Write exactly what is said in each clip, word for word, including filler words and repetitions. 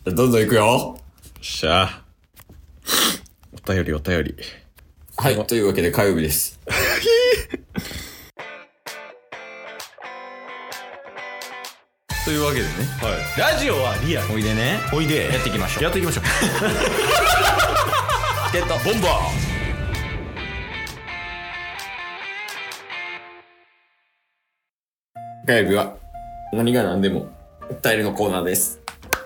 どんどん行くよ。 よっしゃ。お便りお便り。 はい、というわけで火曜日です。というわけでね。 はい。ラジオはリアル。 おいでね。 おいで。 やっていきましょう。 やっていきましょう。 ゲットボンバー。 火曜日は何が何でもお便りのコーナーです。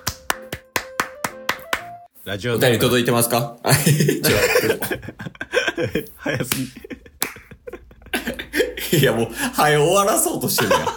ラジオお便り届いてますか？はい。 早すぎ。いやもう、はい、終わらそうとしてるやん。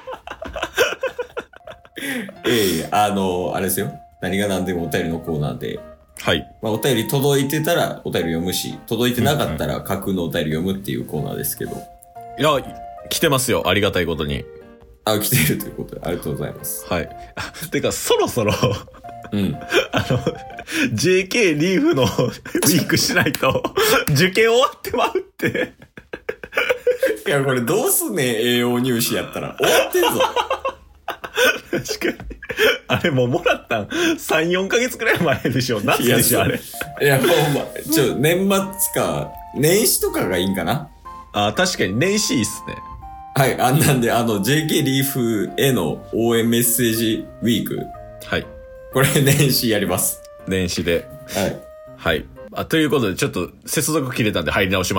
ええ、あの、あれですよ。何が何でもお便りのコーナーで。 はい。 まあ、お便り届いてたらお便り読むし、届いてなかったら架空のお便り読むっていうコーナーですけど。 いや、来てますよ。ありがたいことに。 あ、来てるということで、ありがとうございます。 はい。てか、そろそろ、 うん。 あの、ジェーケー リーフのウィークしないと、受験終わってまうって。 いや、これどうすんねん、栄養入試やったら。終わってんぞ。 確かに。あれもうもらったんさん、よんかげつくらい前でしょ。夏でしょ、あれ。 いや、ほんま、ちょ、年末か、年始とかがいいんかな。 あ、確かに年始いいっすね。 はい、あんなんで、あの、ジェーケー リーフへの応援メッセージウィーク。 はい。 これ年始やります。 年始で。 はい。 はい。あ、ということで、ちょっと接続切れたんで入り直します。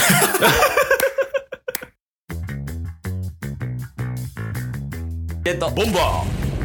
ゲットボンバー。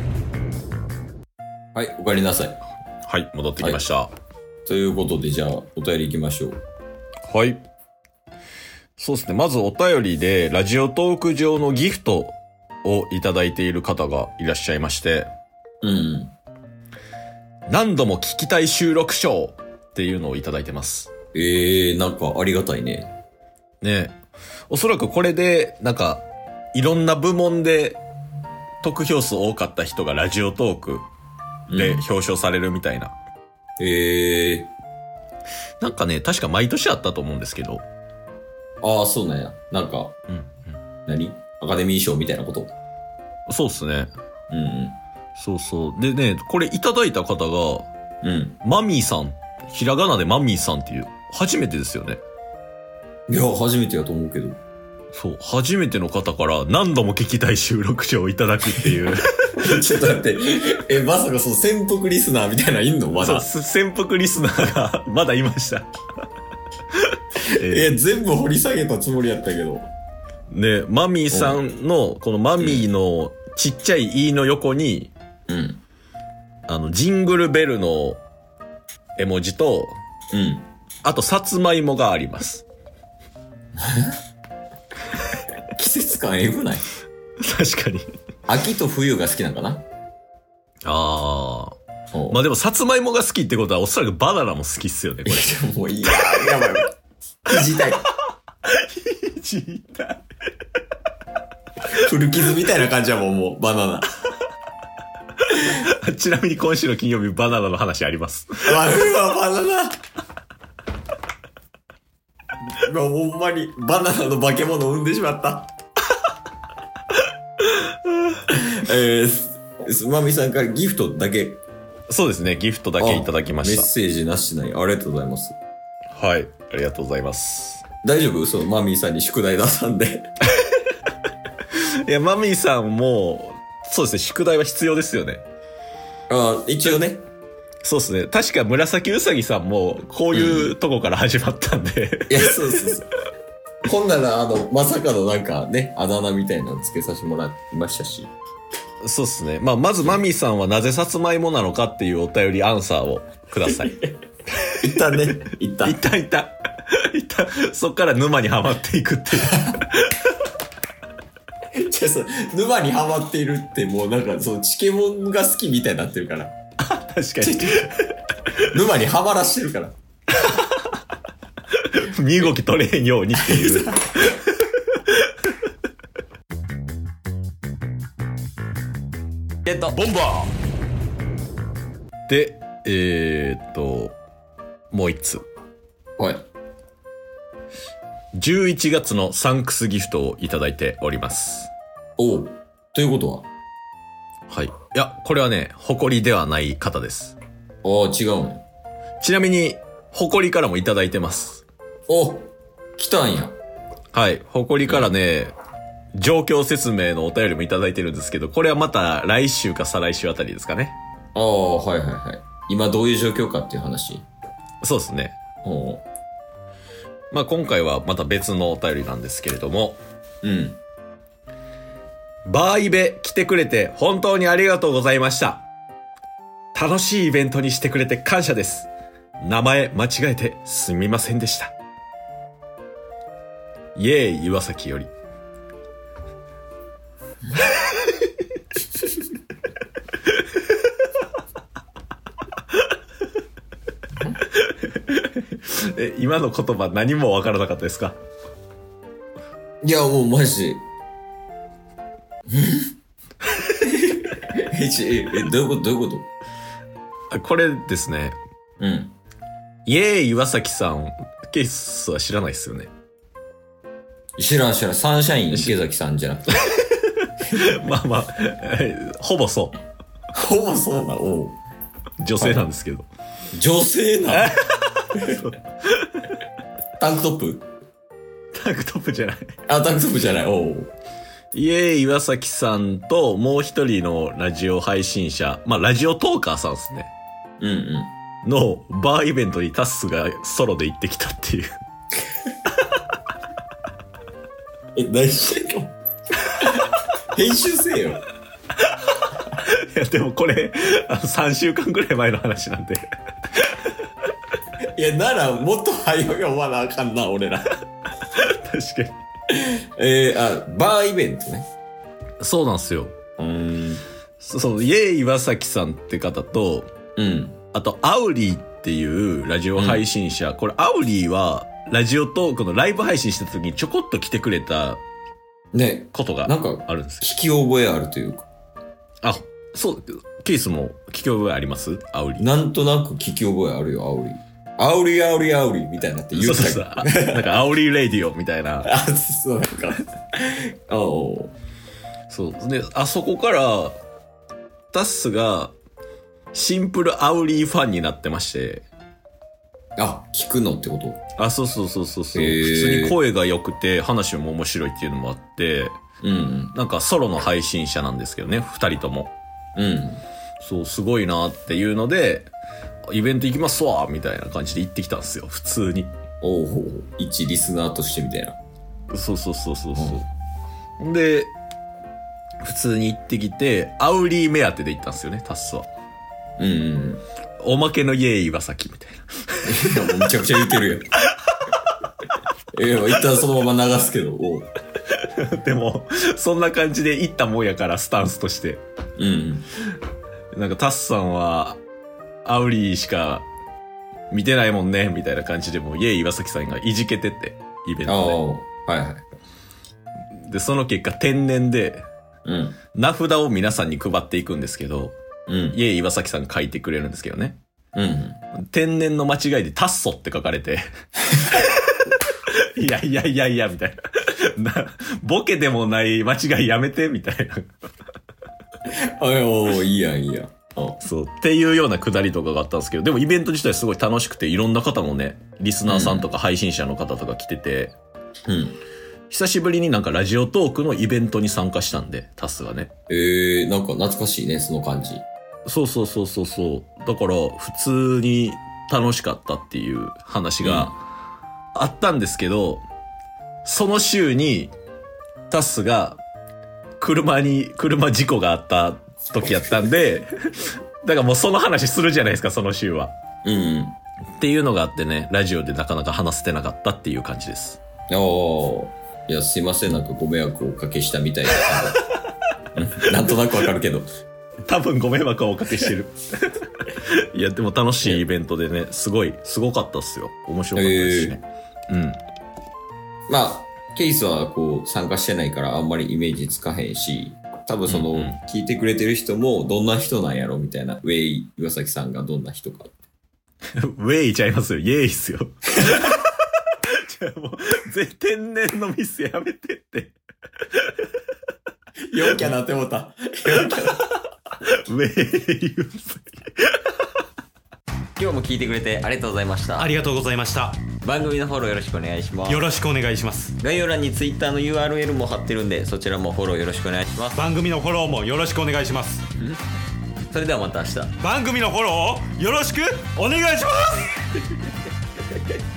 はい、お帰りなさい。 はい、戻ってきました。はい、ということで、じゃあ、お便り行きましょう。 はい。そうですね。まずお便りで、ラジオトーク上のギフトをいただいている方がいらっしゃいまして、 うん。 何度も聞きたい収録賞っていうのをいただいてます。 ええー、なんかありがたいね。 ねえ。おそらくこれで、なんか、いろんな部門で得票数多かった人がラジオトークで表彰されるみたいな。 うん、ええー。 なんかね、確か毎年あったと思うんですけど。 ああ、そうなんや。なんか、 うん、うん。 何？アカデミー賞みたいなこと？ そうっすね。 うんうん。 そうそう。でね、これいただいた方が、 うん。 マミーさん、ひらがなでマミーさんっていう、初めてですよね。 いや、初めてやと思うけど。 そう、初めての方から何度も聞きたい収録賞をいただくっていう。 ちょっと待って、え、まさかその潜伏リスナーみたいなのいんのまだ。 そう、潜伏リスナーがまだいました。 えー、全部掘り下げたつもりやったけど。 ね、マミーさんの、このマミーのちっちゃい E の横に、 うん。 あの、ジングルベルの絵文字と、 うん。 あと、さつまいもがあります。 季節感エグない？ 確かに。 秋と冬が好きなんかな？ ああ。まあでも、さつまいもが好きってことは、おそらくバナナも好きっすよね、これ。 もういいや、やばい。肘痛い。 肘痛い。 古傷みたいな感じやもん、もう、バナナ。 ちなみに今週の金曜日、バナナの話あります。 うわ、うわ、バナナ。もうほんまに、バナナの化け物を生んでしまった。えー、まみさんからギフトだけ。 そうですね、ギフトだけいただきました。 メッセージなしない。ありがとうございます。 はい、ありがとうございます。 大丈夫？そのマミーさんに宿題出さんで。 いや、マミーさんも、そうですね、宿題は必要ですよね。 ああ、一応ね。 そうですね。確か紫うさぎさんも、こういうとこから始まったんで。 うん、いや、そうそうそう。ほんなら、あの、まさかのなんかね、あだ名みたいなのつけさせてもらいましたし。 そうですね。まあ、まずマミーさんはなぜさつまいもなのかっていうお便りアンサーをください。 一旦ね、一旦。 一旦一旦。一旦、そっから沼にはまっていくっていう。 じゃあさ、沼にハマっているってもうなんかそのチケモンが好きみたいになってるから。 確かに。 沼にハマらしてるから。 身動き取れへんようにっていう。 ゲットボンバーで、えーっと、もう一つ。 はい。 じゅういちがつのサンクスギフトをいただいております。 おう。ということははい。いや、これはね、誇りではない方です。 ああ、違うの。 ちなみに、誇りからもいただいてます。 お、来たんや。 はい。誇りからね、うん、状況説明のお便りもいただいてるんですけど、これはまた来週か再来週あたりですかね。 ああ、はいはいはい。今どういう状況かっていう話。 そうですね。 おまあ今回はまた別のお便りなんですけれども。 うん。 バーイベ来てくれて本当にありがとうございました。楽しいイベントにしてくれて感謝です。名前間違えてすみませんでした。イエーイ岩崎より。え、今の言葉何もわからなかったですか？ いや、もうマジで。え、ち、え、え、どういうことどういうこと？これですね。 うん。 イエーイ岩崎さん、ケースは知らないですよね。 知らん知らん。サンシャイン池崎さんじゃなくて。 まあまあ、ほぼそう。 ほぼそうな、おう。 女性なんですけど。 女性なタンクトップタンクトップじゃない。 あ、タンクトップじゃない。おう。 イエーイ岩崎さんともう一人のラジオ配信者、まあラジオトーカーさんですね。 うんうん。 のバーイベントにタッスがソロで行ってきたっていう。 え、何してんの編集せえよ。 いやでもこれあのさんしゅうかんぐらい前の話なんで。 いや、ならもっと早よ読まなあかんな、俺ら。 確かに。 えー、あ、バーイベントね。 そうなんですよ。 うーん。 そう、イエーイ岩崎さんって方と、 うん。 あと、アウリーっていうラジオ配信者。うん、これ、アウリーは、ラジオトークのライブ配信した時にちょこっと来てくれた、 ね。 ことがなんか、 あるんですよ。 聞き覚えあるというか。 あ、そう、ケースも聞き覚えありますアウリー。 なんとなく聞き覚えあるよ、アウリー。アウリーアウリーアウリーみたいなって言うたそうそうそう。なんか、アウリーレイディオみたいな。 あ、そう、なんか。おう。 そう。で、あそこから、タッスが、シンプルアウリーファンになってまして。 あ、聞くのってこと？ あ、そうそうそうそうそう。 へー。 普通に声が良くて、話も面白いっていうのもあって、 うん。 なんかソロの配信者なんですけどね、二人とも。 うん。 そう、すごいなっていうので、イベント行きますわみたいな感じで行ってきたんですよ、普通に。 おうほう。一リスナーとしてみたいな。 そうそうそうそうそう。うん、で、普通に行ってきて、アウリー目当てで行ったんですよね、タスは。 うんうん。 おまけのイエーイ岩崎みたいな。いや、もうめちゃくちゃ言ってるやん。ええ、一旦そのまま流すけど、おう。 でも、そんな感じで行ったもんやから、スタンスとして。 うん。 なんかタスさんは、アウリーしか見てないもんね、みたいな感じでもう、イエーイ岩崎さんがいじけてて、イベントで。はいはい。 で、その結果、天然で、 うん。 名札を皆さんに配っていくんですけど、 うん。 イエーイ岩崎さんが書いてくれるんですけどね。 うん。 天然の間違いでタッソって書かれて、いやいやいやいや、みたいな。な、ボケでもない間違いやめて、みたいな。 あ、おー、いいやん、いいやん。 そう。っていうようなくだりとかがあったんですけど、でもイベント自体すごい楽しくて、いろんな方もね、リスナーさんとか配信者の方とか来てて、 うん。 久しぶりになんかラジオトークのイベントに参加したんで、タスがね。 えー、なんか懐かしいね、その感じ。 そうそうそうそうそう。だから、普通に楽しかったっていう話があったんですけど、うん、その週に、タスが、車に、車事故があった時やったんで、だからもうその話するじゃないですか、その週は。 うん、 っていうのがあってね、ラジオでなかなか話せてなかったっていう感じです。 おー。いや、すいません、なんかご迷惑をおかけしたみたいな。なんとなくわかるけど。 多分ご迷惑はおかけしてる。いや、でも楽しいイベントでね、すごい、すごかったっすよ。面白かったですしね。えー、うん。 まあ、ケイスはこう参加してないからあんまりイメージつかへんし、多分その、うんうん、聞いてくれてる人もどんな人なんやろみたいな、ウェイ岩崎さんがどんな人か。 ウェイちゃいますよ。イエーイっすよ。じゃあもう、ぜ天然のミスやめてって。 陽キャなって思った。陽キャな。 ウェイウサギ。 今日も聞いてくれてありがとうございました。 ありがとうございました。 番組のフォローよろしくお願いします。 よろしくお願いします。 概要欄に Twitter の ユーアールエル も貼ってるんで、そちらもフォローよろしくお願いします。 番組のフォローもよろしくお願いします。 それではまた明日。 番組のフォローをよろしくお願いします